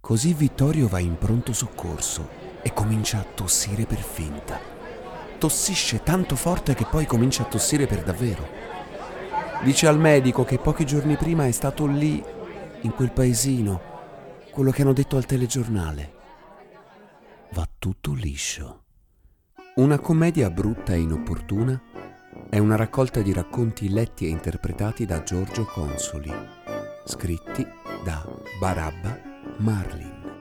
Così Vittorio va in pronto soccorso e comincia a tossire per finta. Tossisce tanto forte che poi comincia a tossire per davvero. Dice al medico che pochi giorni prima è stato lì, in quel paesino, quello che hanno detto al telegiornale. Va tutto liscio. Una commedia brutta e inopportuna è una raccolta di racconti letti e interpretati da Giorgio Consoli, scritti da Barabba Marlin.